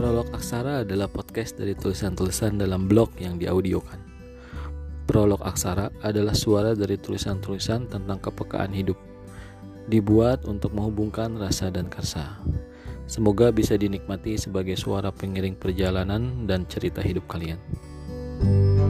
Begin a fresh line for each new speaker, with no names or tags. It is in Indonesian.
Prolog Aksara adalah podcast dari tulisan-tulisan dalam blog yang diaudiokan. Prolog Aksara adalah suara dari tulisan-tulisan tentang kepekaan hidup, dibuat untuk menghubungkan rasa dan karsa. Semoga bisa dinikmati sebagai suara pengiring perjalanan dan cerita hidup kalian.